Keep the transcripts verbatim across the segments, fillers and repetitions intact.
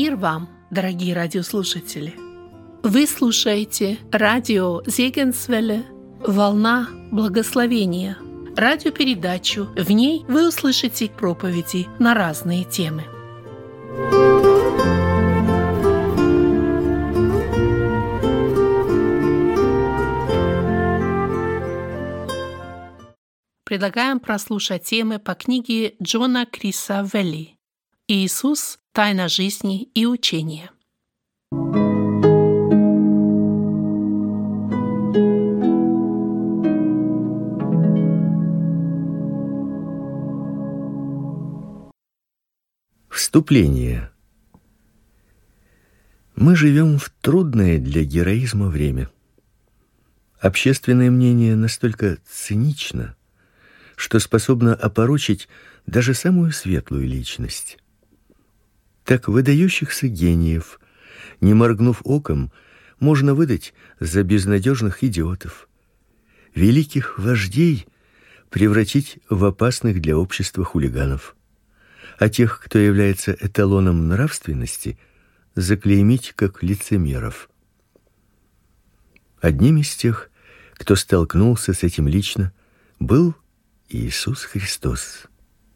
Мир вам, дорогие радиослушатели! Вы слушаете радио Зегенсвелле «Волна благословения», радиопередачу. В ней вы услышите проповеди на разные темы. Предлагаем прослушать темы по книге Джона Криса Велли «Иисус. Тайна жизни и учения». Вступление. Мы живем в трудное для героизма время. Общественное мнение настолько цинично, что способно опорочить даже самую светлую личность. Так выдающихся гениев, не моргнув оком, можно выдать за безнадежных идиотов, великих вождей превратить в опасных для общества хулиганов, а тех, кто является эталоном нравственности, заклеймить как лицемеров. Одним из тех, кто столкнулся с этим лично, был Иисус Христос.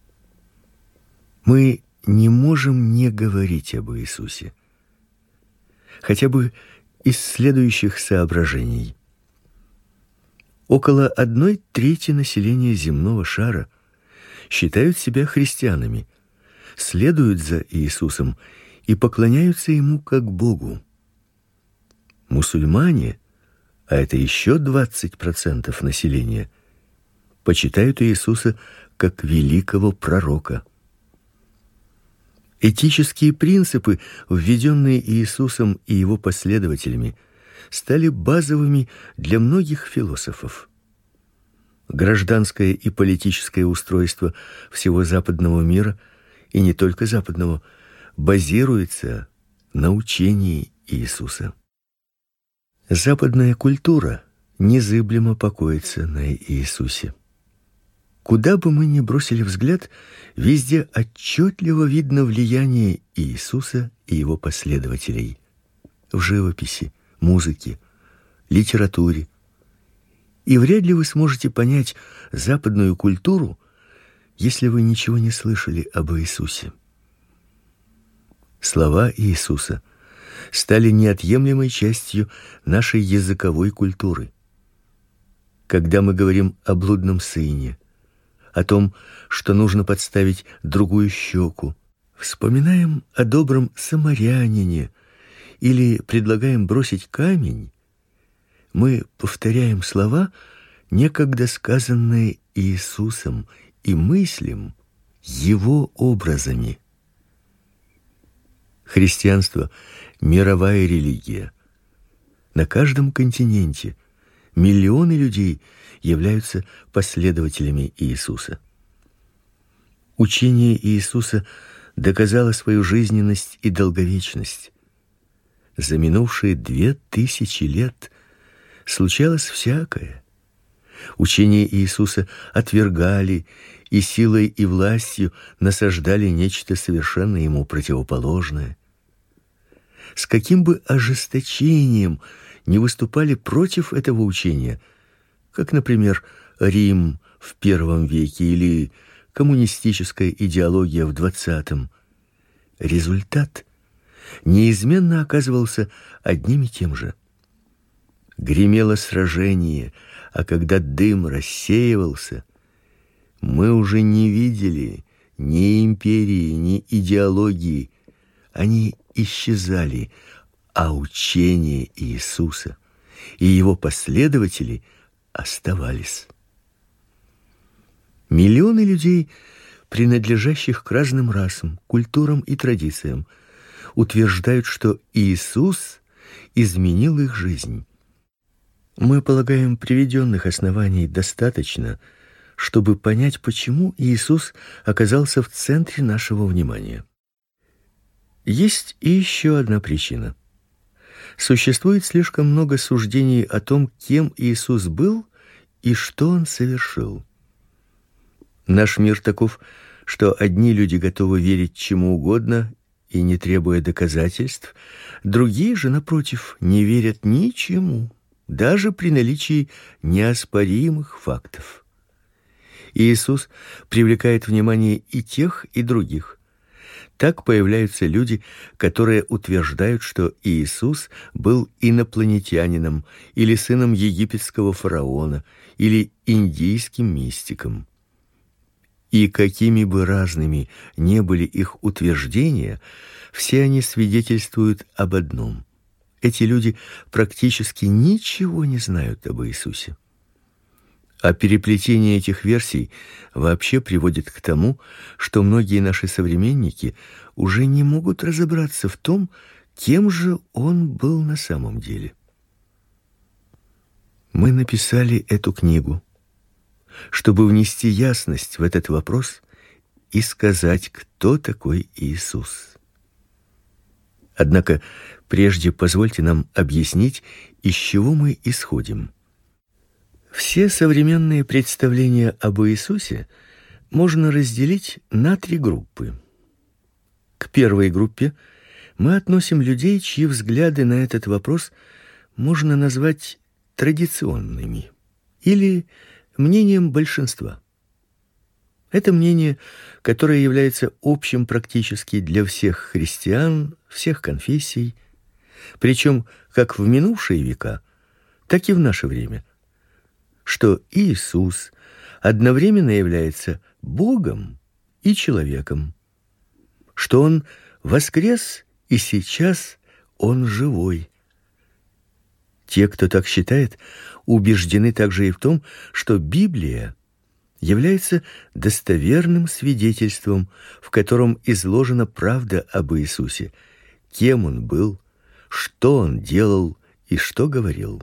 Мы не можем не говорить об Иисусе, хотя бы из следующих соображений. Около одной трети населения земного шара считают себя христианами, следуют за Иисусом и поклоняются Ему как Богу. Мусульмане, а это еще двадцать процентов населения, почитают Иисуса как великого пророка. Этические принципы, введенные Иисусом и Его последователями, стали базовыми для многих философов. Гражданское и политическое устройство всего западного мира, и не только западного, базируется на учении Иисуса. Западная культура незыблемо покоится на Иисусе. Куда бы мы ни бросили взгляд, везде отчетливо видно влияние Иисуса и Его последователей в живописи, музыке, литературе. И вряд ли вы сможете понять западную культуру, если вы ничего не слышали об Иисусе. Слова Иисуса стали неотъемлемой частью нашей языковой культуры. Когда мы говорим о блудном сыне, о том, что нужно подставить другую щеку, вспоминаем о добром самарянине или предлагаем бросить камень, мы повторяем слова, некогда сказанные Иисусом, и мыслим Его образами. Христианство — мировая религия. На каждом континенте миллионы людей являются последователями Иисуса. Учение Иисуса доказало свою жизненность и долговечность. За минувшие две тысячи лет случалось всякое. Учение Иисуса отвергали и силой и властью насаждали нечто совершенно ему противоположное. С каким бы ожесточением не выступали против этого учения, как, например, Рим в первом веке или коммунистическая идеология в двадцатом, результат неизменно оказывался одним и тем же. Гремело сражение, а когда дым рассеивался, мы уже не видели ни империи, ни идеологии. Они исчезали, а учение Иисуса и Его последователи оставались. Миллионы людей, принадлежащих к разным расам, культурам и традициям, утверждают, что Иисус изменил их жизнь. Мы полагаем, приведенных оснований достаточно, чтобы понять, почему Иисус оказался в центре нашего внимания. Есть и еще одна причина. Существует слишком много суждений о том, кем Иисус был и что Он совершил. Наш мир таков, что одни люди готовы верить чему угодно и не требуя доказательств, другие же, напротив, не верят ничему, даже при наличии неоспоримых фактов. Иисус привлекает внимание и тех, и других. Так появляются люди, которые утверждают, что Иисус был инопланетянином или сыном египетского фараона или индийским мистиком. И какими бы разными ни были их утверждения, все они свидетельствуют об одном: эти люди практически ничего не знают об Иисусе. А переплетение этих версий вообще приводит к тому, что многие наши современники уже не могут разобраться в том, кем же он был на самом деле. Мы написали эту книгу, чтобы внести ясность в этот вопрос и сказать, кто такой Иисус. Однако прежде позвольте нам объяснить, из чего мы исходим. Все современные представления об Иисусе можно разделить на три группы. К первой группе мы относим людей, чьи взгляды на этот вопрос можно назвать традиционными или мнением большинства. Это мнение, которое является общим практически для всех христиан, всех конфессий, причем как в минувшие века, так и в наше время, что Иисус одновременно является Богом и человеком, что Он воскрес и сейчас Он живой. Те, кто так считает, убеждены также и в том, что Библия является достоверным свидетельством, в котором изложена правда об Иисусе, кем Он был, что Он делал и что говорил.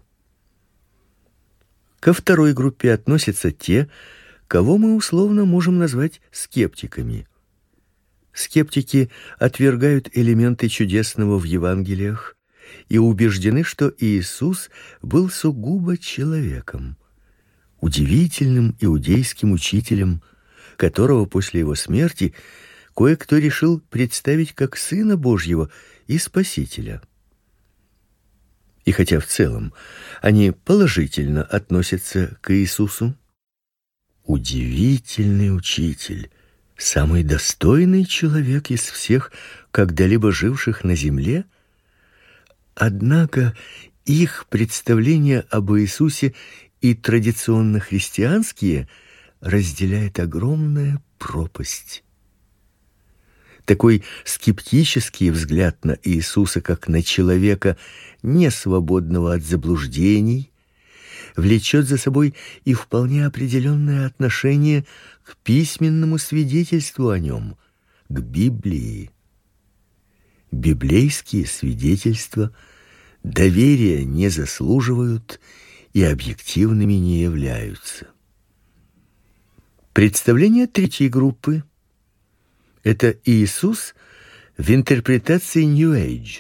Ко второй группе относятся те, кого мы условно можем назвать скептиками. Скептики отвергают элементы чудесного в Евангелиях и убеждены, что Иисус был сугубо человеком, удивительным иудейским учителем, которого после его смерти кое-кто решил представить как Сына Божьего и Спасителя. И хотя в целом они положительно относятся к Иисусу, удивительный учитель, самый достойный человек из всех когда-либо живших на земле, однако их представления об Иисусе и традиционно христианские разделяет огромная пропасть. Такой скептический взгляд на Иисуса как на человека, не свободного от заблуждений, влечет за собой и вполне определенное отношение к письменному свидетельству о нем, к Библии. Библейские свидетельства доверия не заслуживают и объективными не являются. Представление третьей группы — это Иисус в интерпретации New Age.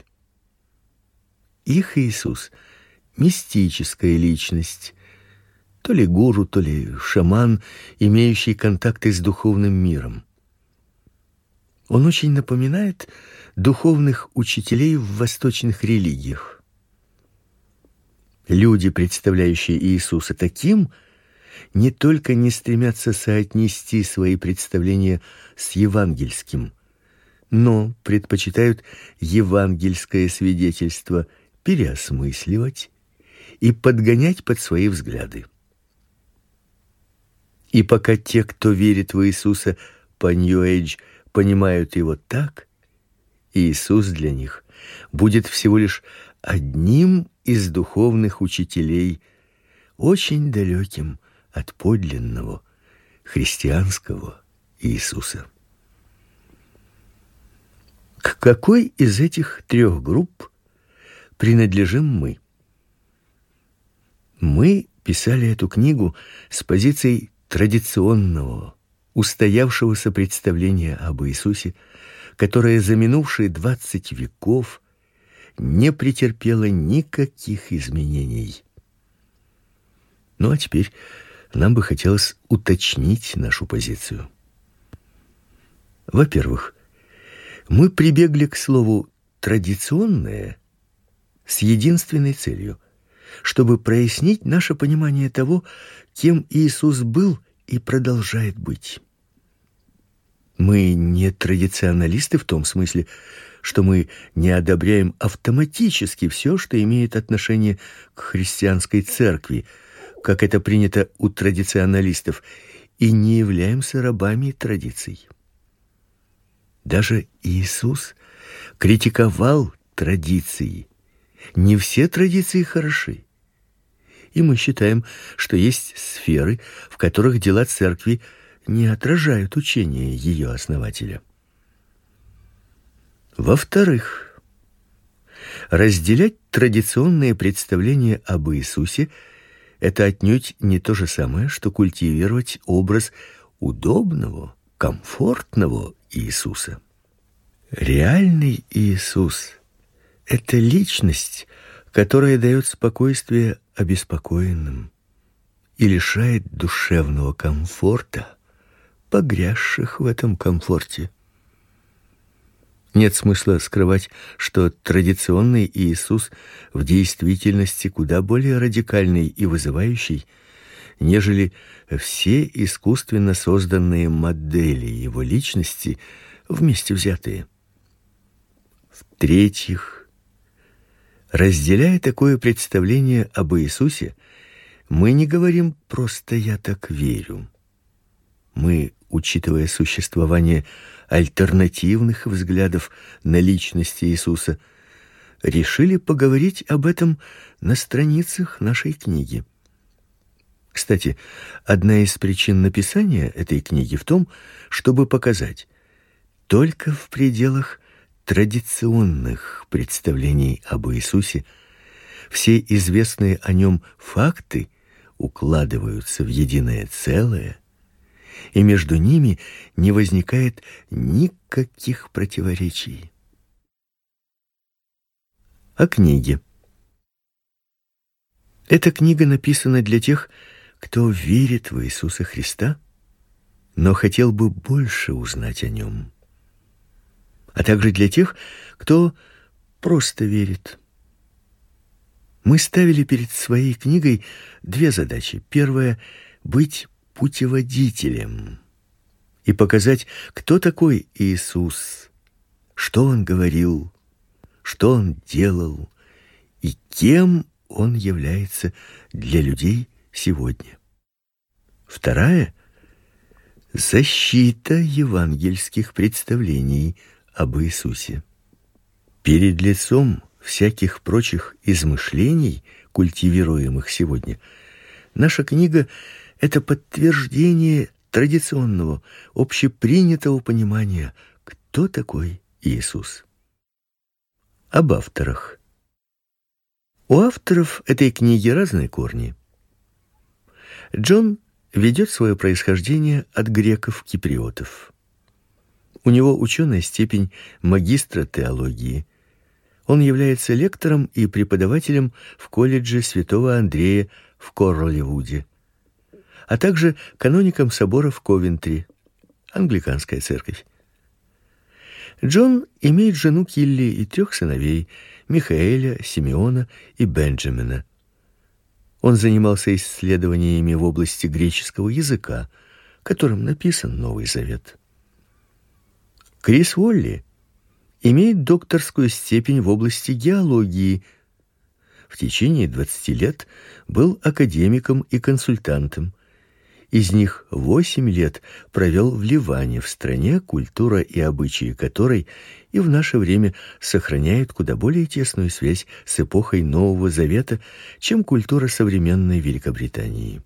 Их Иисус — мистическая личность, то ли гуру, то ли шаман, имеющий контакты с духовным миром. Он очень напоминает духовных учителей в восточных религиях. Люди, представляющие Иисуса таким, не только не стремятся соотнести свои представления с евангельским, но предпочитают евангельское свидетельство переосмысливать и подгонять под свои взгляды. И пока те, кто верит в Иисуса по New Age, понимают его так, Иисус для них будет всего лишь одним из духовных учителей, очень далеким от подлинного христианского Иисуса. К какой из этих трех групп принадлежим мы? Мы писали эту книгу с позицией традиционного, устоявшегося представления об Иисусе, которое за минувшие двадцать веков не претерпело никаких изменений. Ну а теперь нам бы хотелось уточнить нашу позицию. Во-первых, Мы прибегли к слову «традиционное» с единственной целью, чтобы прояснить наше понимание того, кем Иисус был и продолжает быть. Мы не традиционалисты в том смысле, что мы не одобряем автоматически все, что имеет отношение к христианской церкви, как это принято у традиционалистов, и не являемся рабами традиций. Даже Иисус критиковал традиции. Не все традиции хороши. И мы считаем, что есть сферы, в которых дела церкви не отражают учения ее основателя. Во-вторых, разделять традиционные представления об Иисусе – это отнюдь не то же самое, что культивировать образ удобного, комфортного Иисуса. Реальный Иисус – это личность, которая дает спокойствие обеспокоенным и лишает душевного комфорта погрязших в этом комфорте. Нет смысла скрывать, что традиционный Иисус в действительности куда более радикальный и вызывающий, нежели все искусственно созданные модели его личности вместе взятые. В-третьих, разделяя такое представление об Иисусе, мы не говорим просто «я так верю». Мы, учитывая существование альтернативных взглядов на личность Иисуса, решили поговорить об этом на страницах нашей книги. Кстати, одна из причин написания этой книги в том, чтобы показать, только в пределах традиционных представлений об Иисусе все известные о нем факты укладываются в единое целое, и между ними не возникает никаких противоречий. О книге. Эта книга написана для тех, кто верит в Иисуса Христа, но хотел бы больше узнать о нем, а также для тех, кто просто верит. Мы ставили перед своей книгой две задачи. Первая — быть путеводителем и показать, кто такой Иисус, что Он говорил, что Он делал и кем Он является для людей сегодня. Вторая — защита евангельских представлений об Иисусе. Перед лицом всяких прочих измышлений, культивируемых сегодня, наша книга — это подтверждение традиционного, общепринятого понимания, кто такой Иисус. Об авторах. У авторов этой книги разные корни. Джон ведет свое происхождение от греков-киприотов. У него ученая степень магистра теологии. Он является лектором и преподавателем в колледже Святого Андрея в Корливуде, а также каноником собора в Ковентри, англиканская церковь. Джон имеет жену Килли и трех сыновей: Михаэля, Симеона и Бенджамина. Он занимался исследованиями в области греческого языка, которым написан Новый Завет. Крис Уолли имеет докторскую степень в области геологии. В течение двадцати лет был академиком и консультантом. Из них восемь лет провел в Ливане, в стране, культура и обычаи которой и в наше время сохраняют куда более тесную связь с эпохой Нового Завета, чем культура современной Великобритании.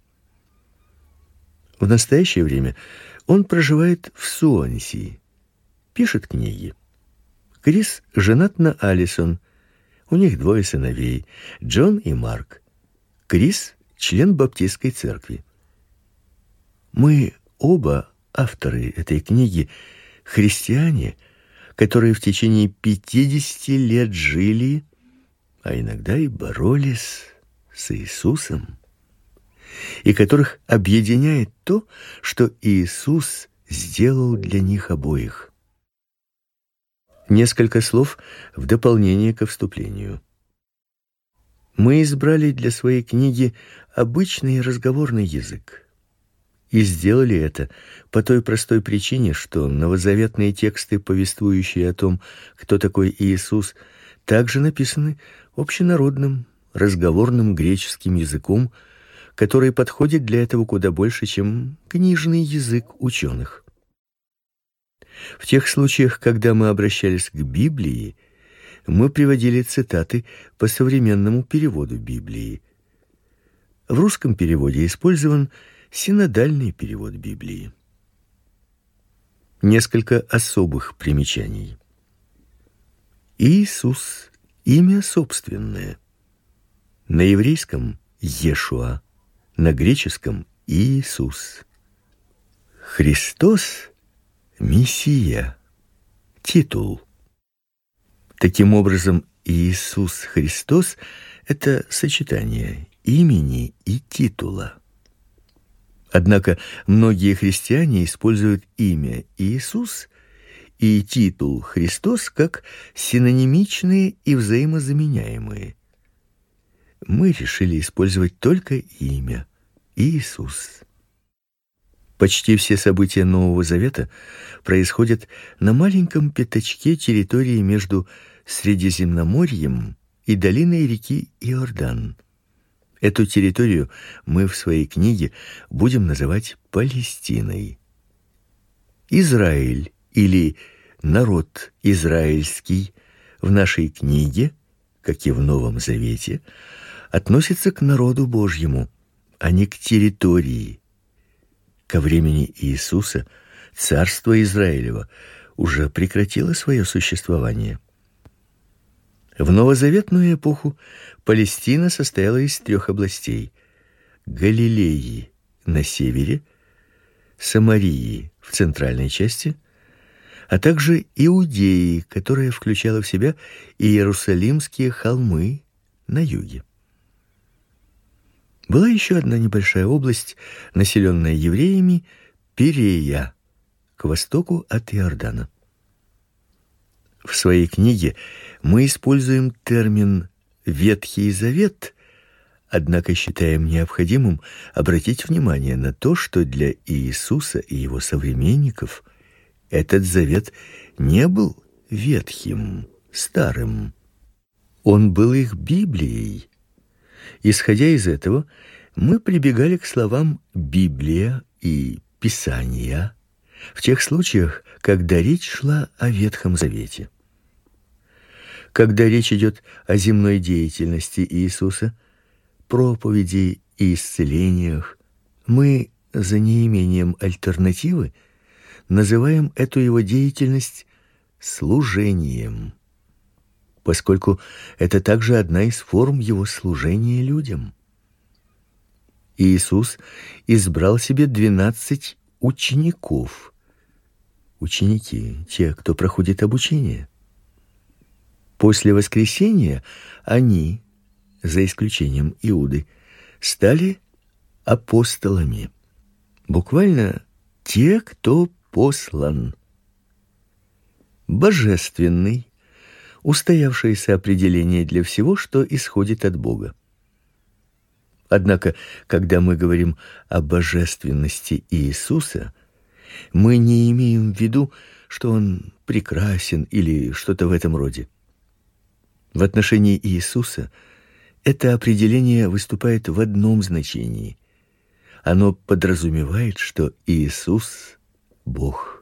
В настоящее время он проживает в Суонси, пишет книги. Крис женат на Алисон. У них двое сыновей: Джон и Марк. Крис — член баптистской церкви. Мы оба, авторы этой книги, христиане, которые в течение пятидесяти лет жили, а иногда и боролись с Иисусом, и которых объединяет то, что Иисус сделал для них обоих. Несколько слов в дополнение ко вступлению. Мы избрали для своей книги обычный разговорный язык. И сделали это по той простой причине, что новозаветные тексты, повествующие о том, кто такой Иисус, также написаны общенародным, разговорным греческим языком, который подходит для этого куда больше, чем книжный язык ученых. В тех случаях, когда мы обращались к Библии, мы приводили цитаты по современному переводу Библии. В русском переводе использован синодальный перевод Библии. Несколько особых примечаний. Иисус — имя собственное. На еврейском Иешуа, на греческом Иисус. Христос — Мессия, титул. Таким образом, Иисус Христос — это сочетание имени и титула. Однако многие христиане используют имя Иисус и титул Христос как синонимичные и взаимозаменяемые. Мы решили использовать только имя Иисус. Почти все события Нового Завета происходят на маленьком пятачке территории между Средиземноморьем и долиной реки Иордан. Эту территорию мы в своей книге будем называть Палестиной. Израиль или народ израильский в нашей книге, как и в Новом Завете, относится к народу Божьему, а не к территории. Ко времени Иисуса царство Израилево уже прекратило свое существование. В новозаветную эпоху Палестина состояла из трех областей: Галилеи на севере, Самарии в центральной части, а также Иудеи, которая включала в себя Иерусалимские холмы на юге. Была еще одна небольшая область, населенная евреями, Пирея, к востоку от Иордана. В своей книге мы используем термин «Ветхий Завет», однако считаем необходимым обратить внимание на то, что для Иисуса и его современников этот завет не был ветхим, старым. Он был их Библией. Исходя из этого, мы прибегали к словам «Библия» и «Писания» в тех случаях, когда речь шла о Ветхом Завете. Когда речь идет о земной деятельности Иисуса, проповеди и исцелениях, мы, за неимением альтернативы, называем эту его деятельность служением, поскольку это также одна из форм его служения людям. Иисус избрал себе двенадцать учеников. Ученики — те, кто проходит обучение. После воскресения они, за исключением Иуды, стали апостолами. Буквально те, кто послан. Божественный, устоявшееся определение для всего, что исходит от Бога. Однако, когда мы говорим о божественности Иисуса, мы не имеем в виду, что он прекрасен или что-то в этом роде. В отношении Иисуса это определение выступает в одном значении. Оно подразумевает, что Иисус — Бог.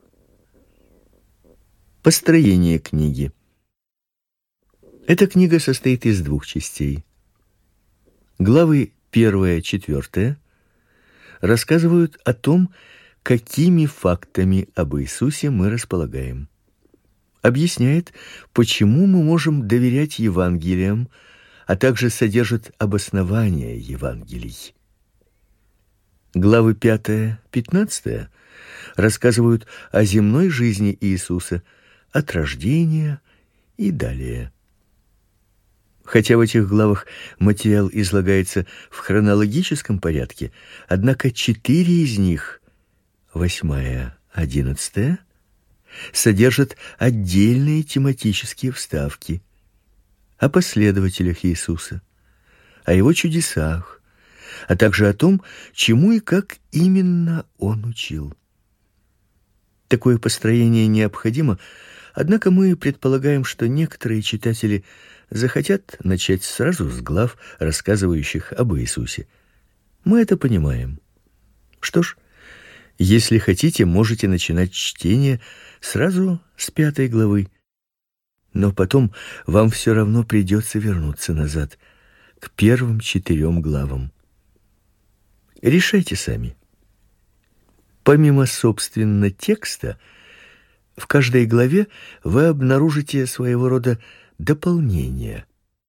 Построение книги. Эта книга состоит из двух частей. Главы первая, четвертая рассказывают о том, какими фактами об Иисусе мы располагаем. Объясняет, почему мы можем доверять Евангелиям, а также содержит обоснования Евангелий. Главы пятая, пятнадцатая рассказывают о земной жизни Иисуса, от рождения и далее. Хотя в этих главах материал излагается в хронологическом порядке, однако четыре из них, восьмая, одиннадцатая, содержат отдельные тематические вставки о последователях Иисуса, о его чудесах, а также о том, чему и как именно он учил. Такое построение необходимо, однако мы предполагаем, что некоторые читатели захотят начать сразу с глав, рассказывающих об Иисусе. Мы это понимаем. Что ж, если хотите, можете начинать чтение сразу с пятой главы. Но потом вам все равно придется вернуться назад к первым четырем главам. Решайте сами. Помимо собственно текста, в каждой главе вы обнаружите своего рода дополнение.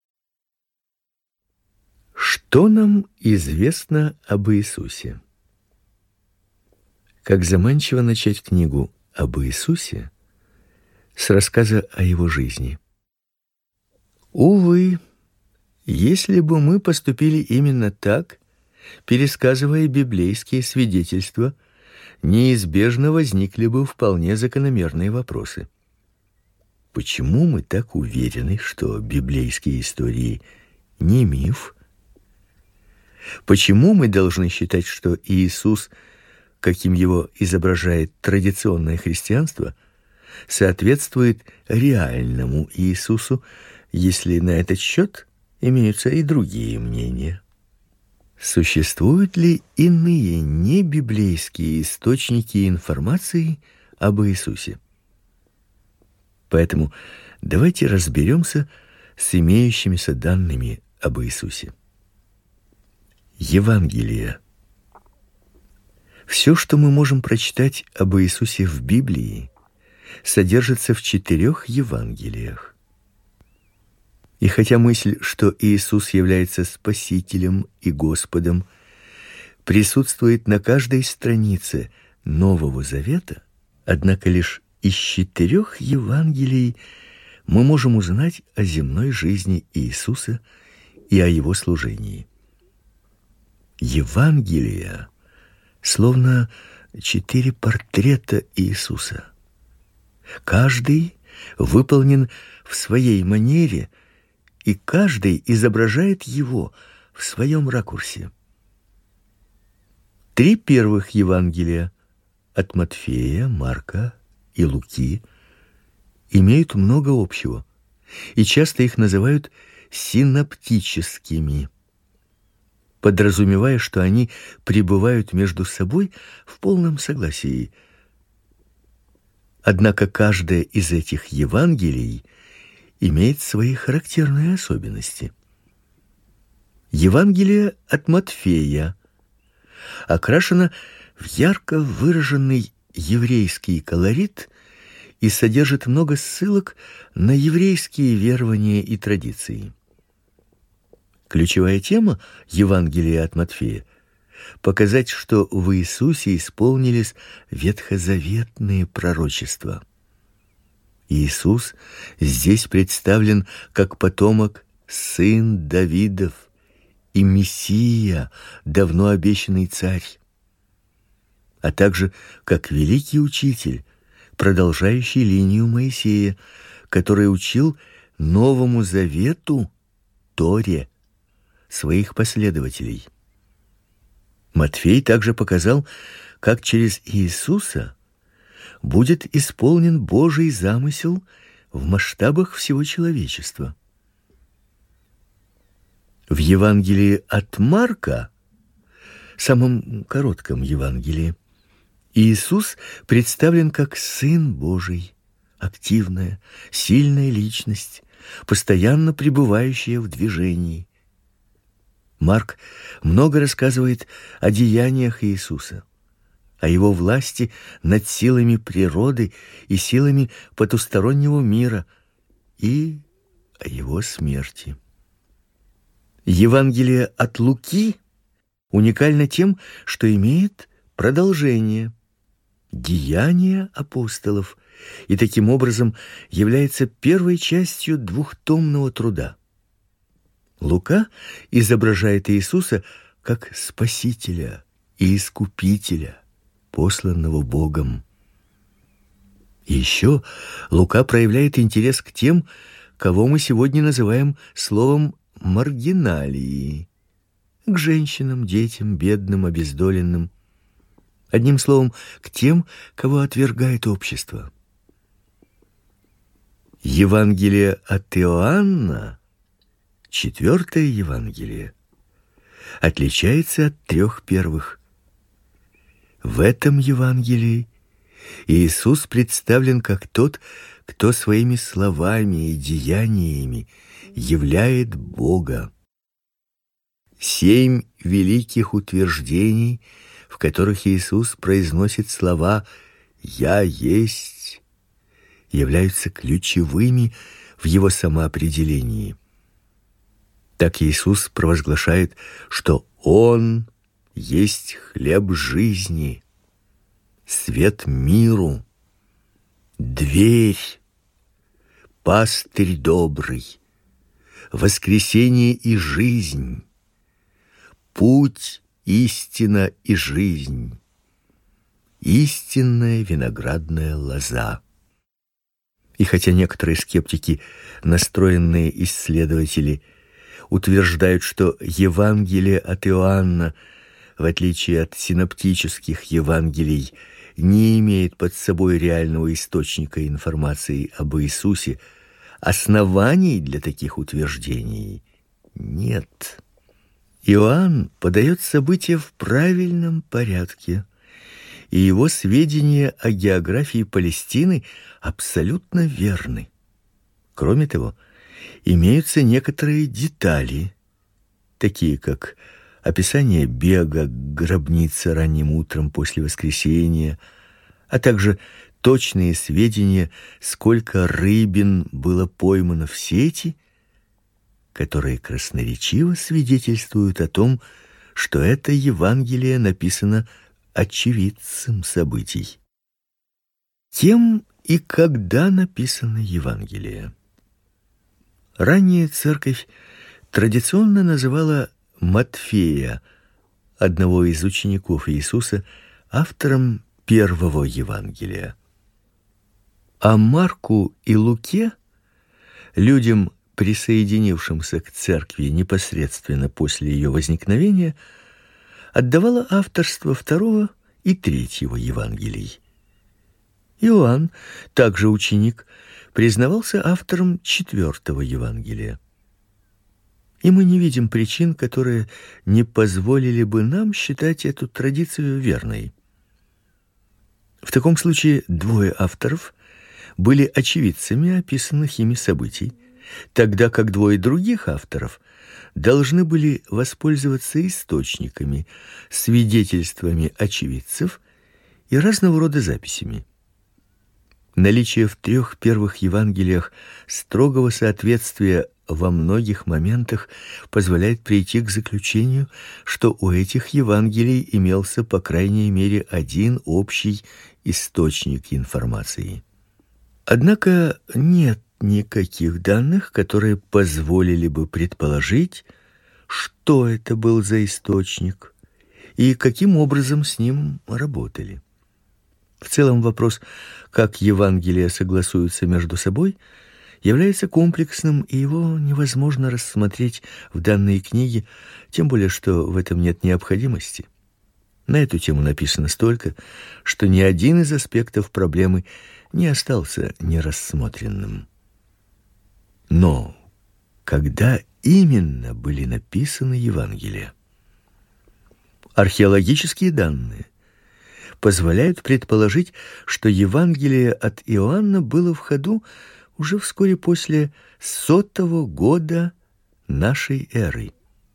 Что нам известно об Иисусе? Как заманчиво начать книгу об Иисусе с рассказа о его жизни. Увы, если бы мы поступили именно так, пересказывая библейские свидетельства, неизбежно возникли бы вполне закономерные вопросы. Почему мы так уверены, что библейские истории не миф? Почему мы должны считать, что Иисус, каким его изображает традиционное христианство, соответствует реальному Иисусу, если на этот счет имеются и другие мнения? Существуют ли иные небиблейские источники информации об Иисусе? Поэтому давайте разберемся с имеющимися данными об Иисусе. Евангелие. Все, что мы можем прочитать об Иисусе в Библии, содержится в четырех Евангелиях. И хотя мысль, что Иисус является Спасителем и Господом, присутствует на каждой странице Нового Завета, однако лишь из четырех Евангелий мы можем узнать о земной жизни Иисуса и о его служении. Евангелия словно четыре портрета Иисуса. Каждый выполнен в своей манере, и каждый изображает его в своем ракурсе. Три первых Евангелия от Матфея, Марка и Луки имеют много общего, и часто их называют синоптическими, подразумевая, что они пребывают между собой в полном согласии. Однако каждое из этих Евангелий имеет свои характерные особенности. Евангелие от Матфея окрашено в ярко выраженный еврейский колорит и содержит много ссылок на еврейские верования и традиции. Ключевая тема Евангелия от Матфея — показать, что в Иисусе исполнились ветхозаветные пророчества. Иисус здесь представлен как потомок, сын Давидов и Мессия, давно обещанный царь, а также как великий учитель, продолжающий линию Моисея, который учил Новому Завету, Торе, своих последователей. Матфей также показал, как через Иисуса будет исполнен Божий замысел в масштабах всего человечества. В Евангелии от Марка, самом коротком Евангелии, Иисус представлен как Сын Божий, активная, сильная личность, постоянно пребывающая в движении. Марк много рассказывает о деяниях Иисуса, о его власти над силами природы и силами потустороннего мира и о его смерти. Евангелие от Луки уникально тем, что имеет продолжение — Деяния апостолов, и таким образом является первой частью двухтомного труда. Лука изображает Иисуса как Спасителя и Искупителя, посланного Богом. И еще Лука проявляет интерес к тем, кого мы сегодня называем словом маргиналии, к женщинам, детям, бедным, обездоленным. Одним словом, к тем, кого отвергает общество. Евангелие от Иоанна, четвертое Евангелие, отличается от трех первых. В этом Евангелии Иисус представлен как тот, кто своими словами и деяниями являет Бога. Семь великих утверждений, в которых Иисус произносит слова «Я есть», являются ключевыми в его самоопределении. Так Иисус провозглашает, что Он есть хлеб жизни, свет миру, дверь, пастырь добрый, воскресение и жизнь, путь, истина и жизнь, истинная виноградная лоза. И хотя некоторые скептики, настроенные исследователи, утверждают, что Евангелие от Иоанна, в отличие от синоптических Евангелий, не имеет под собой реального источника информации об Иисусе, оснований для таких утверждений нет. Иоанн подает события в правильном порядке, и его сведения о географии Палестины абсолютно верны. Кроме того, имеются некоторые детали, такие как описание бега к гробнице ранним утром после воскресения, а также точные сведения, сколько рыбин было поймано в сети, которые красноречиво свидетельствуют о том, что это Евангелие написано очевидцем событий. Кем и когда написано Евангелие? Ранее церковь традиционно называла Матфея, одного из учеников Иисуса, автором первого Евангелия. А Марку и Луке, людям, присоединившимся к церкви непосредственно после ее возникновения, отдавала авторство второго и третьего Евангелий. Иоанн, также ученик, признавался автором четвертого Евангелия. И мы не видим причин, которые не позволили бы нам считать эту традицию верной. В таком случае двое авторов были очевидцами описанных ими событий, тогда как двое других авторов должны были воспользоваться источниками, свидетельствами очевидцев и разного рода записями. Наличие в трех первых Евангелиях строгого соответствия во многих моментах позволяет прийти к заключению, что у этих Евангелий имелся по крайней мере один общий источник информации. Однако нет никаких данных, которые позволили бы предположить, что это был за источник и каким образом с ним работали. В целом вопрос, как Евангелия согласуются между собой, является комплексным, и его невозможно рассмотреть в данной книге, тем более что в этом нет необходимости. На эту тему написано столько, что ни один из аспектов проблемы не остался нерассмотренным. Но когда именно были написаны Евангелия? Археологические данные позволяют предположить, что Евангелие от Иоанна было в ходу уже вскоре после сотого года нашей эры.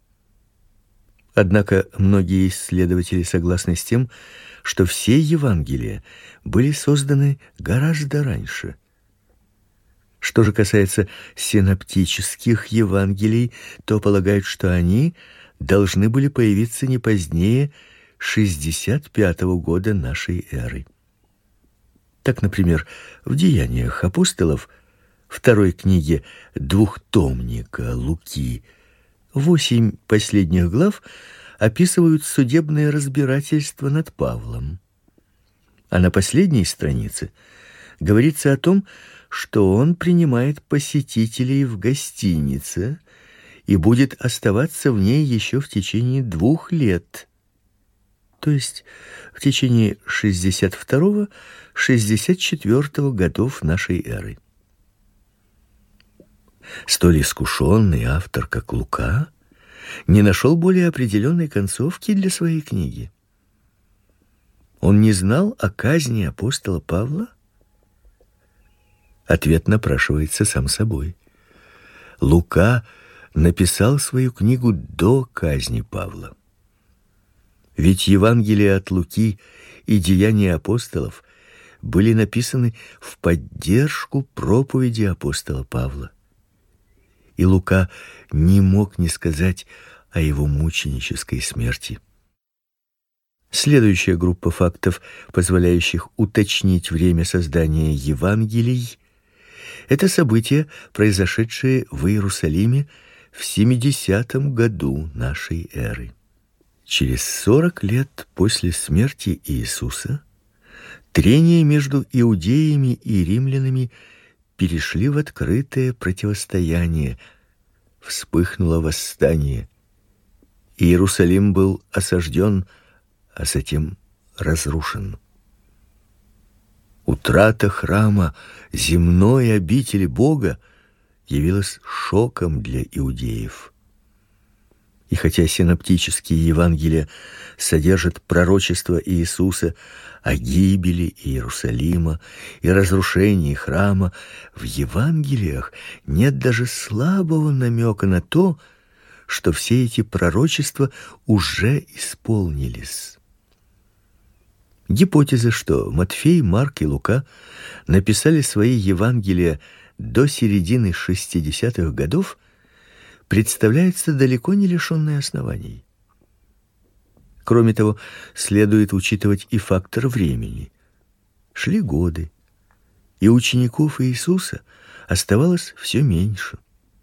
Однако многие исследователи согласны с тем, что все Евангелия были созданы гораздо раньше. Что же касается синоптических Евангелий, то полагают, что они должны были появиться не позднее шестьдесят пятого года нашей эры. Так, например, в Деяниях апостолов, второй книге двухтомника Луки, восемь последних глав описывают судебное разбирательство над Павлом. А на последней странице говорится о том, что он принимает посетителей в гостинице и будет оставаться в ней еще в течение двух лет. То есть в течение шестьдесят второго — шестьдесят четвёртого годов нашей эры. Столь искушенный автор, как Лука, не нашел более определенной концовки для своей книги. Он не знал о казни апостола Павла? Ответ напрашивается сам собой. Лука написал свою книгу до казни Павла. Ведь Евангелие от Луки и Деяния апостолов были написаны в поддержку проповеди апостола Павла. И Лука не мог не сказать о его мученической смерти. Следующая группа фактов, позволяющих уточнить время создания Евангелий, это события, произошедшие в Иерусалиме в семидесятом году нашей эры. Через сорок лет после смерти Иисуса трения между иудеями и римлянами перешли в открытое противостояние. Вспыхнуло восстание. Иерусалим был осажден, а затем разрушен. Утрата храма, земной обители Бога, явилась шоком для иудеев. И хотя синоптические Евангелия содержат пророчество Иисуса о гибели Иерусалима и разрушении храма, в Евангелиях нет даже слабого намека на то, что все эти пророчества уже исполнились. Гипотеза, что Матфей, Марк и Лука написали свои Евангелия до середины шестидесятых годов, представляется далеко не лишенной оснований. Кроме того, следует учитывать и фактор времени. Шли годы, и учеников Иисуса оставалось все меньше.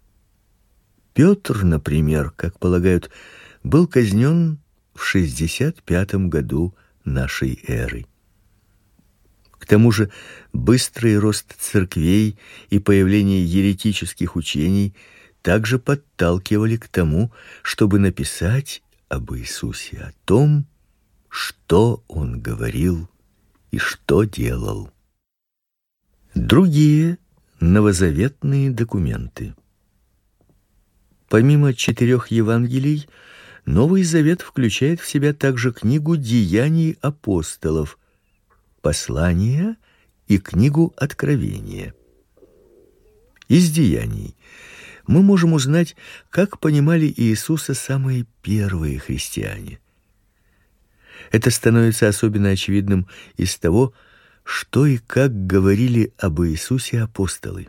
Петр, например, как полагают, был казнен в шестьдесят пятом году нашей эры. К тому же быстрый рост церквей и появление еретических учений также подталкивали к тому, чтобы написать об Иисусе, о том, что он говорил и что делал. Другие новозаветные документы. Помимо четырех Евангелий, Новый Завет включает в себя также книгу Деяний апостолов, послания и книгу Откровения. Из Деяний мы можем узнать, как понимали Иисуса самые первые христиане. Это становится особенно очевидным из того, что и как говорили об Иисусе апостолы.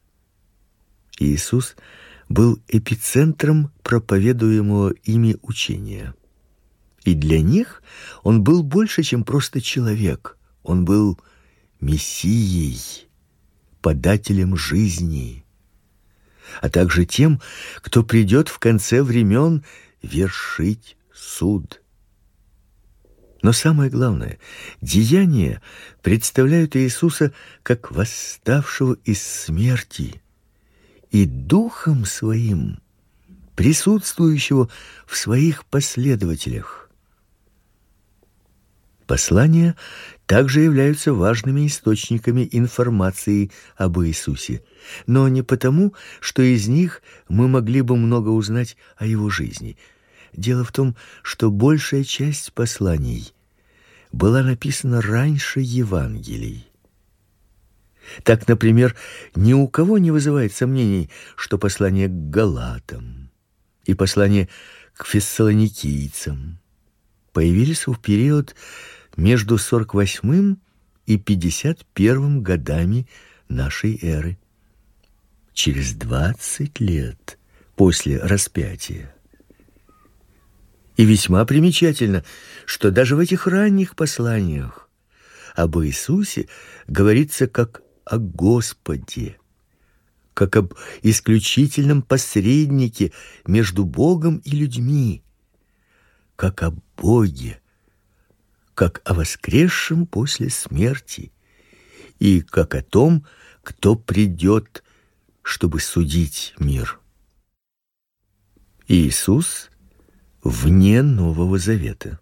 Иисус был эпицентром проповедуемого ими учения. И для них он был больше, чем просто человек. Он был Мессией, подателем жизни, а также тем, кто придет в конце времен вершить суд. Но самое главное, деяния представляют Иисуса как восставшего из смерти и духом своим присутствующего в своих последователях. Послания также являются важными источниками информации об Иисусе, но не потому, что из них мы могли бы много узнать о его жизни. Дело в том, что большая часть посланий была написана раньше Евангелий. Так, например, ни у кого не вызывает сомнений, что послание к Галатам и послание к фессалоникийцам появились в период между сорок восьмым и пятьдесят первым годами нашей эры, через двадцать лет после распятия. И весьма примечательно, что даже в этих ранних посланиях об Иисусе говорится как о Господе, как об исключительном посреднике между Богом и людьми, как о Боге, как о воскресшем после смерти и как о том, кто придет, чтобы судить мир. Иисус вне Нового Завета.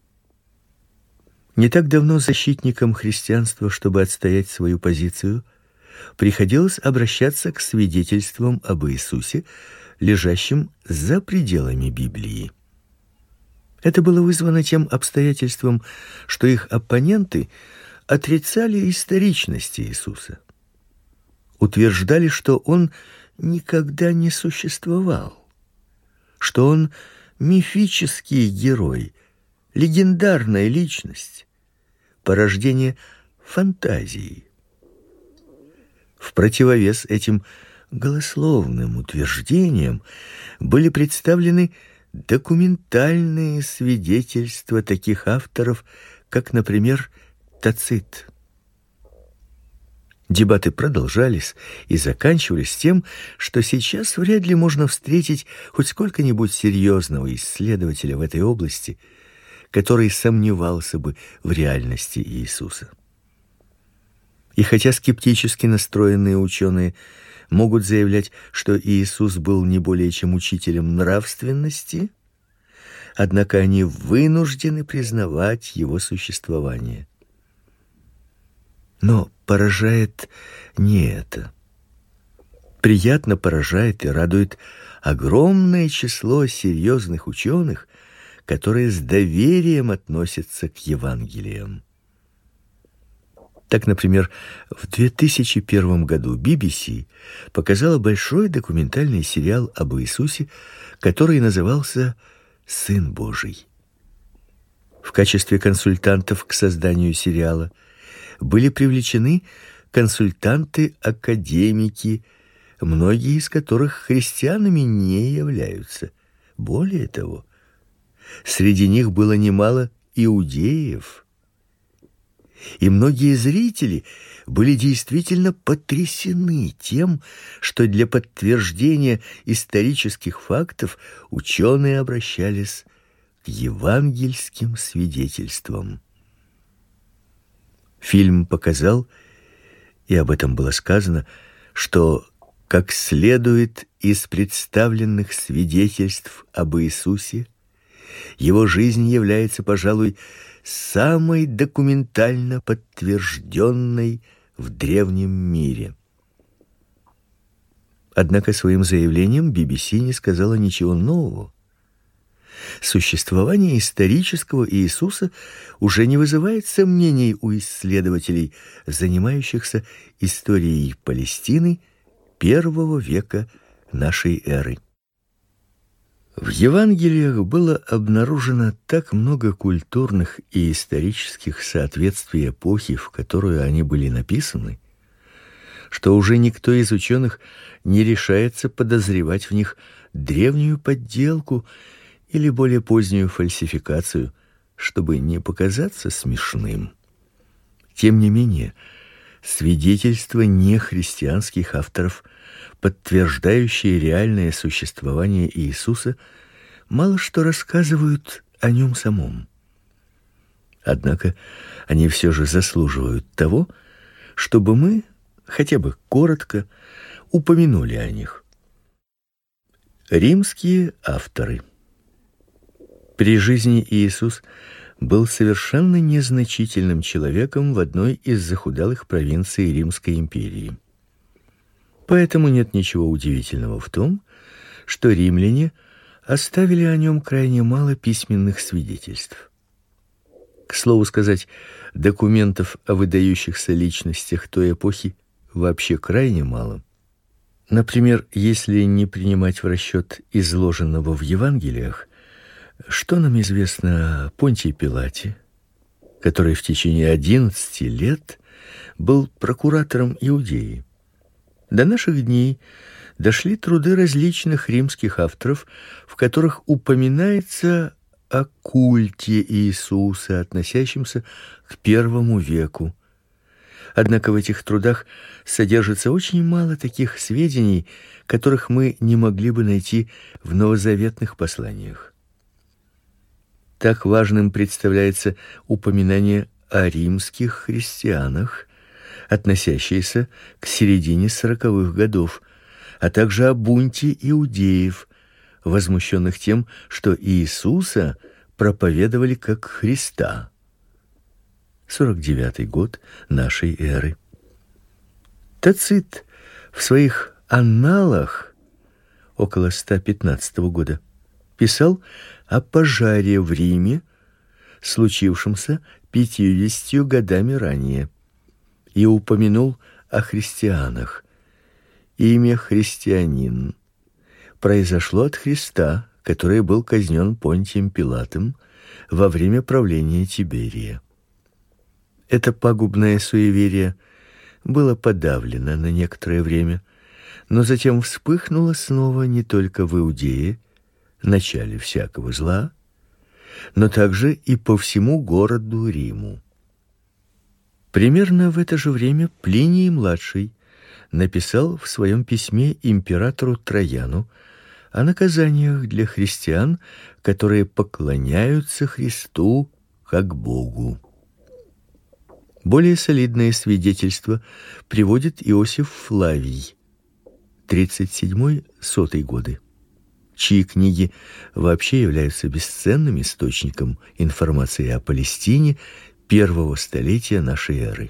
Не так давно защитникам христианства, чтобы отстоять свою позицию, приходилось обращаться к свидетельствам об Иисусе, лежащим за пределами Библии. Это было вызвано тем обстоятельством, что их оппоненты отрицали историчность Иисуса. Утверждали, что он никогда не существовал, что он мифический герой, легендарная личность, порождение фантазии. В противовес этим голословным утверждениям были представлены документальные свидетельства таких авторов, как, например, Тацит. Дебаты продолжались и заканчивались тем, что сейчас вряд ли можно встретить хоть сколько-нибудь серьезного исследователя в этой области, который сомневался бы в реальности Иисуса. И хотя скептически настроенные ученые могут заявлять, что Иисус был не более чем учителем нравственности, однако они вынуждены признавать его существование. Но поражает не это. Приятно поражает и радует огромное число серьезных ученых, которые с доверием относятся к Евангелиям. Так, например, в две тысячи первом году би би си показала большой документальный сериал об Иисусе, который назывался «Сын Божий». В качестве консультантов к созданию сериала были привлечены консультанты-академики, многие из которых христианами не являются. Более того, среди них было немало иудеев. И многие зрители были действительно потрясены тем, что для подтверждения исторических фактов ученые обращались к евангельским свидетельствам. Фильм показал, и об этом было сказано, что, как следует из представленных свидетельств об Иисусе, его жизнь является, пожалуй, самой документально подтвержденной в древнем мире. Однако своим заявлением би би си не сказала ничего нового. Существование исторического Иисуса уже не вызывает сомнений у исследователей, занимающихся историей Палестины первого века нашей эры. В Евангелиях было обнаружено так много культурных и исторических соответствий эпохи, в которую они были написаны, что уже никто из ученых не решается подозревать в них древнюю подделку или более позднюю фальсификацию, чтобы не показаться смешным. Тем не менее, свидетельства нехристианских авторов, подтверждающие реальное существование Иисуса, мало что рассказывают о нем самом. Однако они все же заслуживают того, чтобы мы хотя бы коротко упомянули о них. Римские авторы. При жизни Иисус был совершенно незначительным человеком в одной из захудалых провинций Римской империи. Поэтому нет ничего удивительного в том, что римляне оставили о нем крайне мало письменных свидетельств. К слову сказать, документов о выдающихся личностях той эпохи вообще крайне мало. Например, если не принимать в расчет изложенного в Евангелиях, что нам известно о Понтии Пилате, который в течение одиннадцати лет был прокуратором Иудеи? До наших дней дошли труды различных римских авторов, в которых упоминается о культе Иисуса, относящемся к первому веку. Однако в этих трудах содержится очень мало таких сведений, которых мы не могли бы найти в новозаветных посланиях. Так важным представляется упоминание о римских христианах, относящиеся к середине сороковых годов, а также о бунте иудеев, возмущенных тем, что Иисуса проповедовали как Христа. сорок девятый год нашей эры. Тацит в своих анналах около ста пятнадцатого года писал о пожаре в Риме, случившемся пятьюдесятью годами ранее, и упомянул о христианах. Имя христианин произошло от Христа, который был казнен Понтием Пилатом во время правления Тиберия. Это пагубное суеверие было подавлено на некоторое время, но затем вспыхнуло снова не только в Иудее, начале всякого зла, но также и по всему городу Риму. Примерно в это же время Плиний-младший написал в своем письме императору Трояну о наказаниях для христиан, которые поклоняются Христу как Богу. Более солидное свидетельство приводит Иосиф Флавий, тридцать седьмой — сотый годы, чьи книги вообще являются бесценным источником информации о Палестине первого столетия нашей эры.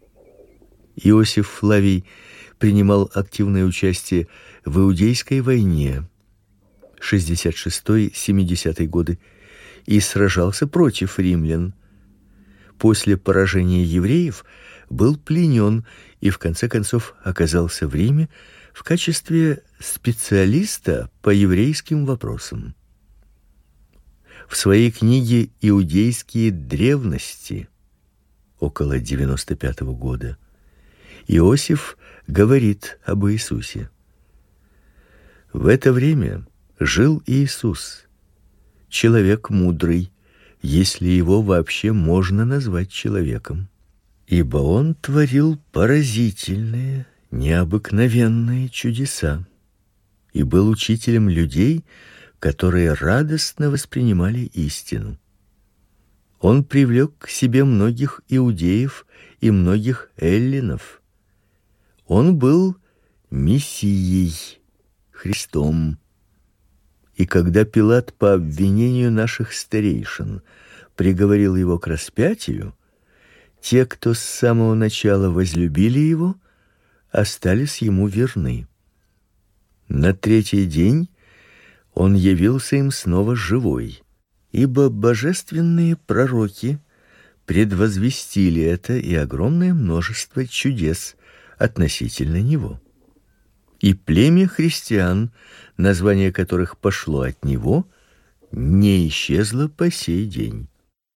Иосиф Флавий принимал активное участие в Иудейской войне шестьдесят шестой — семидесятые годы и сражался против римлян. После поражения евреев был пленен и в конце концов оказался в Риме в качестве специалиста по еврейским вопросам. В своей книге «Иудейские древности» около девяносто пятого года Иосиф говорит об Иисусе. В это время жил Иисус, человек мудрый, если его вообще можно назвать человеком, ибо он творил поразительные, необыкновенные чудеса и был учителем людей, которые радостно воспринимали истину. Он привлек к себе многих иудеев и многих эллинов. Он был Мессией, Христом. И когда Пилат по обвинению наших старейшин приговорил его к распятию, те, кто с самого начала возлюбили его, остались ему верны. На третий день он явился им снова живой, ибо божественные пророки предвозвестили это и огромное множество чудес относительно него. И племя христиан, название которых пошло от него, не исчезло по сей день.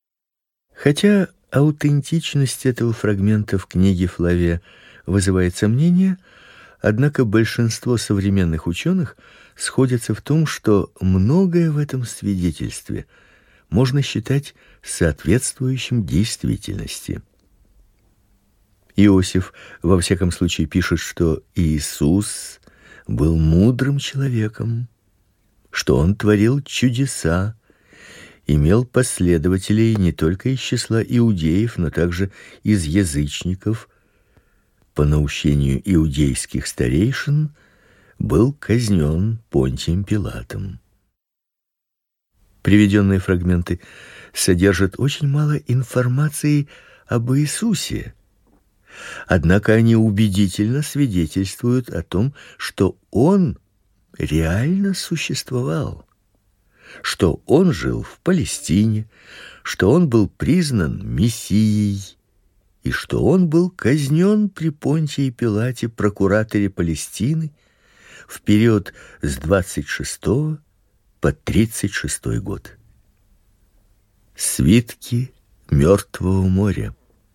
Хотя аутентичность этого фрагмента в книге Флавия вызывает сомнения, однако большинство современных ученых сходятся в том, что многое в этом свидетельстве можно считать соответствующим действительности. Иосиф во всяком случае пишет, что Иисус был мудрым человеком, что он творил чудеса, имел последователей не только из числа иудеев, но также из язычников. По наущению иудейских старейшин был казнен Понтием Пилатом. Приведенные фрагменты содержат очень мало информации об Иисусе. Однако они убедительно свидетельствуют о том, что он реально существовал, что он жил в Палестине, что он был признан Мессией и что он был казнен при Понтии Пилате, прокураторе Палестины, в период с двадцать шестого по тридцать шестой год. Свитки Мертвого моря.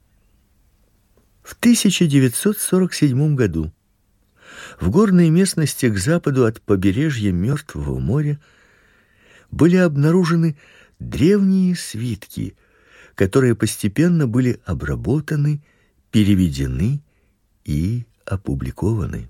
В тысяча девятьсот сорок седьмом году в горной местности к западу от побережья Мертвого моря были обнаружены древние свитки, которые постепенно были обработаны, переведены и опубликованы.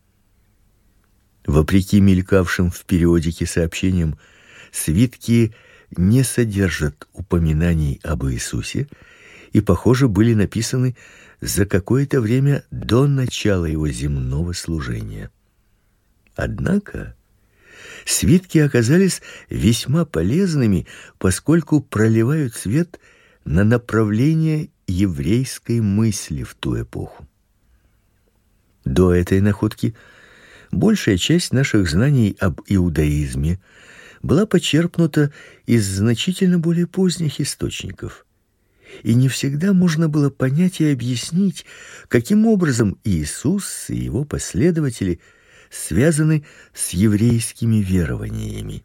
Вопреки мелькавшим в периодике сообщениям, свитки не содержат упоминаний об Иисусе и, похоже, были написаны за какое-то время до начала его земного служения. Однако свитки оказались весьма полезными, поскольку проливают свет на направление еврейской мысли в ту эпоху. До этой находки большая часть наших знаний об иудаизме была почерпнута из значительно более поздних источников. И не всегда можно было понять и объяснить, каким образом Иисус и его последователи связаны с еврейскими верованиями.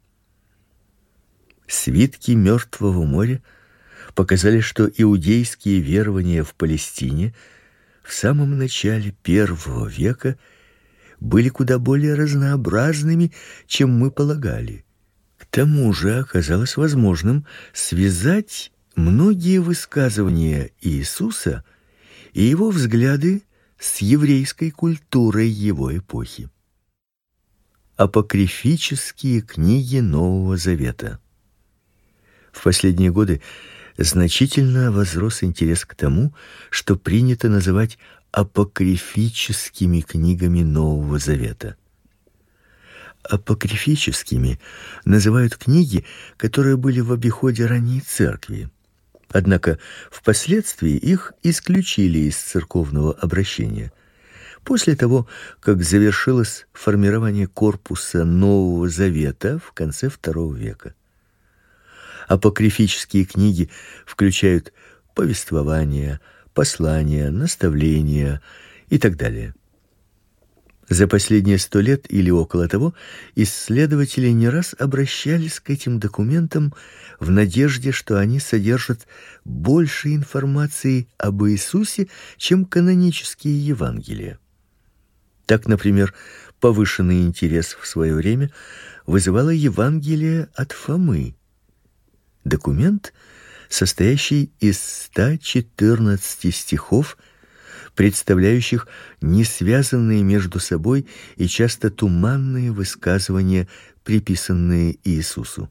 Свитки Мертвого моря показали, что иудейские верования в Палестине в самом начале первого века были куда более разнообразными, чем мы полагали. К тому же оказалось возможным связать многие высказывания Иисуса и его взгляды с еврейской культурой его эпохи. Апокрифические книги Нового Завета. В последние годы значительно возрос интерес к тому, что принято называть апокрифическими книгами Нового Завета. Апокрифическими называют книги, которые были в обиходе ранней церкви. Однако впоследствии их исключили из церковного обращения, после того, как завершилось формирование корпуса Нового Завета в конце второго века. Апокрифические книги включают повествования, послания, наставления и так далее. За последние сто лет или около того исследователи не раз обращались к этим документам в надежде, что они содержат больше информации об Иисусе, чем канонические Евангелия. Так, например, повышенный интерес в свое время вызывало Евангелие от Фомы. Документ, состоящий из ста четырнадцати стихов, представляющих несвязанные между собой и часто туманные высказывания, приписанные Иисусу.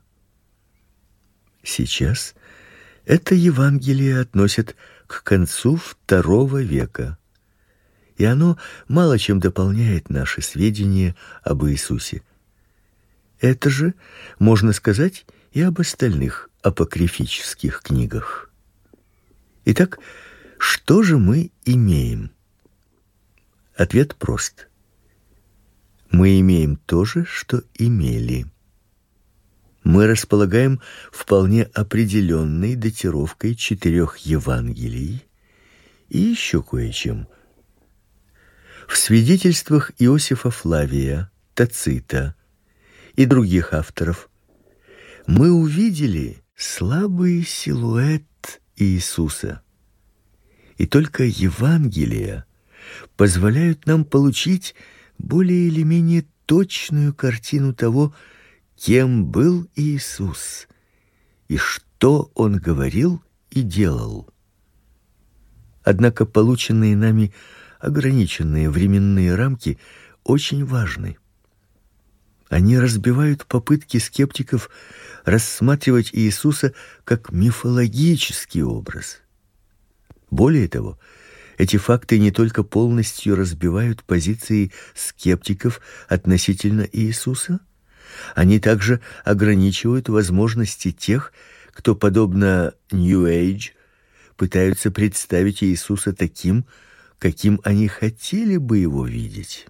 Сейчас это Евангелие относят к концу второго века, и оно мало чем дополняет наши сведения об Иисусе. Это же можно сказать и об остальных апокрифических книгах. Итак, что же мы имеем? Ответ прост. Мы имеем то же, что имели. Мы располагаем вполне определенной датировкой четырех Евангелий и еще кое-чем. В свидетельствах Иосифа Флавия, Тацита и других авторов мы увидели слабый силуэт Иисуса. И только Евангелия позволяют нам получить более или менее точную картину того, кем был Иисус и что он говорил и делал. Однако полученные нами ограниченные временные рамки очень важны. Они разбивают попытки скептиков рассматривать Иисуса как мифологический образ. Более того, эти факты не только полностью разбивают позиции скептиков относительно Иисуса, они также ограничивают возможности тех, кто, подобно New Age, пытаются представить Иисуса таким, каким они хотели бы его видеть.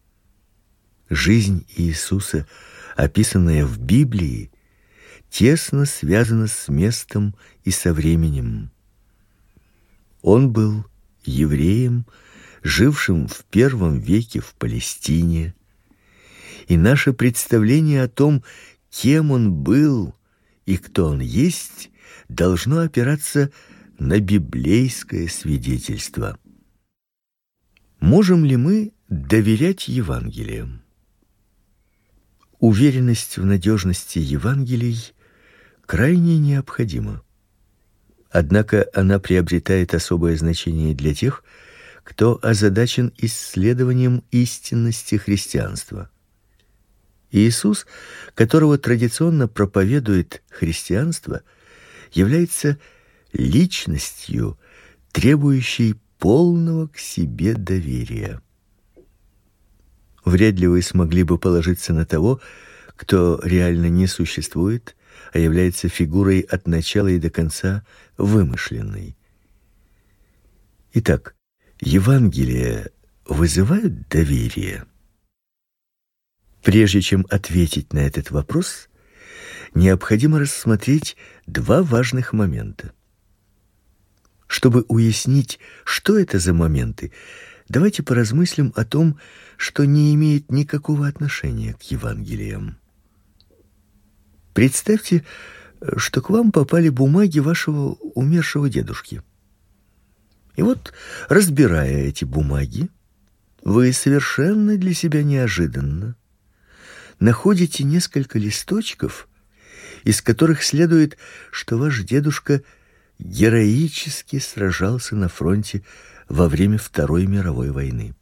Жизнь Иисуса, описанная в Библии, тесно связана с местом и со временем. Он был евреем, жившим в первом веке в Палестине, и наше представление о том, кем он был и кто он есть, должно опираться на библейское свидетельство. Можем ли мы доверять Евангелиям? Уверенность в надежности Евангелий крайне необходима. Однако она приобретает особое значение для тех, кто озадачен исследованием истинности христианства. Иисус, которого традиционно проповедует христианство, является личностью, требующий полного к себе доверия. Вряд ли вы смогли бы положиться на того, кто реально не существует, а является фигурой от начала и до конца вымышленной. Итак, Евангелия вызывают доверие? Прежде чем ответить на этот вопрос, необходимо рассмотреть два важных момента. Чтобы уяснить, что это за моменты, давайте поразмыслим о том, что не имеет никакого отношения к Евангелиям. Представьте, что к вам попали бумаги вашего умершего дедушки. И вот, разбирая эти бумаги, вы совершенно для себя неожиданно находите несколько листочков, из которых следует, что ваш дедушка героически сражался на фронте во время Второй мировой войны.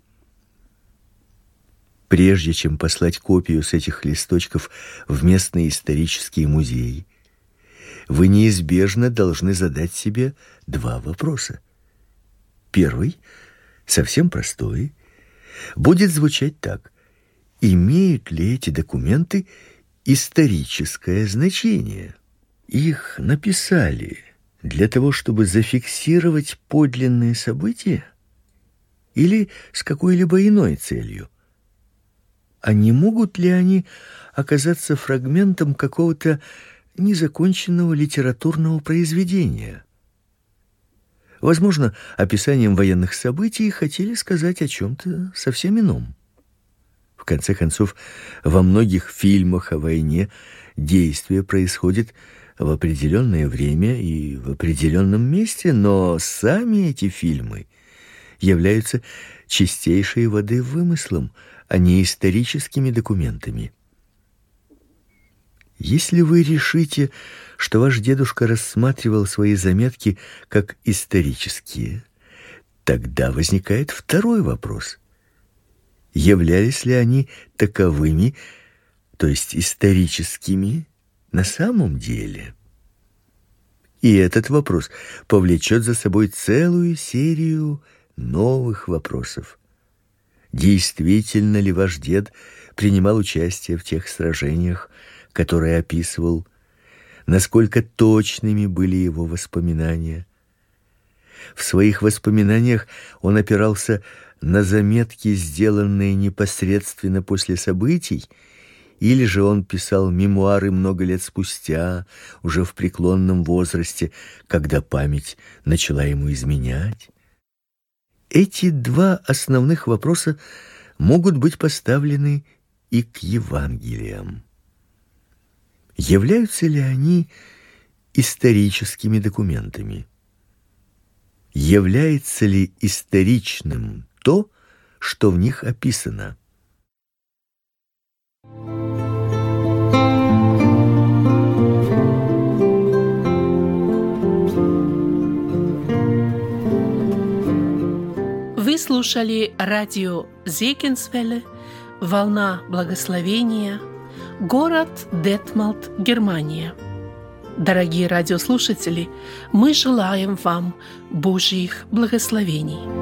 Прежде чем послать копию с этих листочков в местные исторические музеи, вы неизбежно должны задать себе два вопроса. Первый, совсем простой, будет звучать так: имеют ли эти документы историческое значение? Их написали для того, чтобы зафиксировать подлинные события, или с какой-либо иной целью? А не могут ли они оказаться фрагментом какого-то незаконченного литературного произведения? Возможно, описанием военных событий хотели сказать о чем-то совсем ином. В конце концов, во многих фильмах о войне действие происходит в определенное время и в определенном месте, но сами эти фильмы являются чистейшей воды вымыслом, а не историческими документами. Если вы решите, что ваш дедушка рассматривал свои заметки как исторические, тогда возникает второй вопрос: являлись ли они таковыми, то есть историческими, на самом деле? И этот вопрос повлечет за собой целую серию новых вопросов. Действительно ли ваш дед принимал участие в тех сражениях, которые описывал? Насколько точными были его воспоминания? В своих воспоминаниях он опирался на заметки, сделанные непосредственно после событий, или же он писал мемуары много лет спустя, уже в преклонном возрасте, когда память начала ему изменять? Эти два основных вопроса могут быть поставлены и к Евангелиям. Являются ли они историческими документами? Является ли историчным то, что в них описано? Вы слушали радио Зегенсвелле, «Волна благословения», город Детмалт, Германия. Дорогие радиослушатели, мы желаем вам Божьих благословений.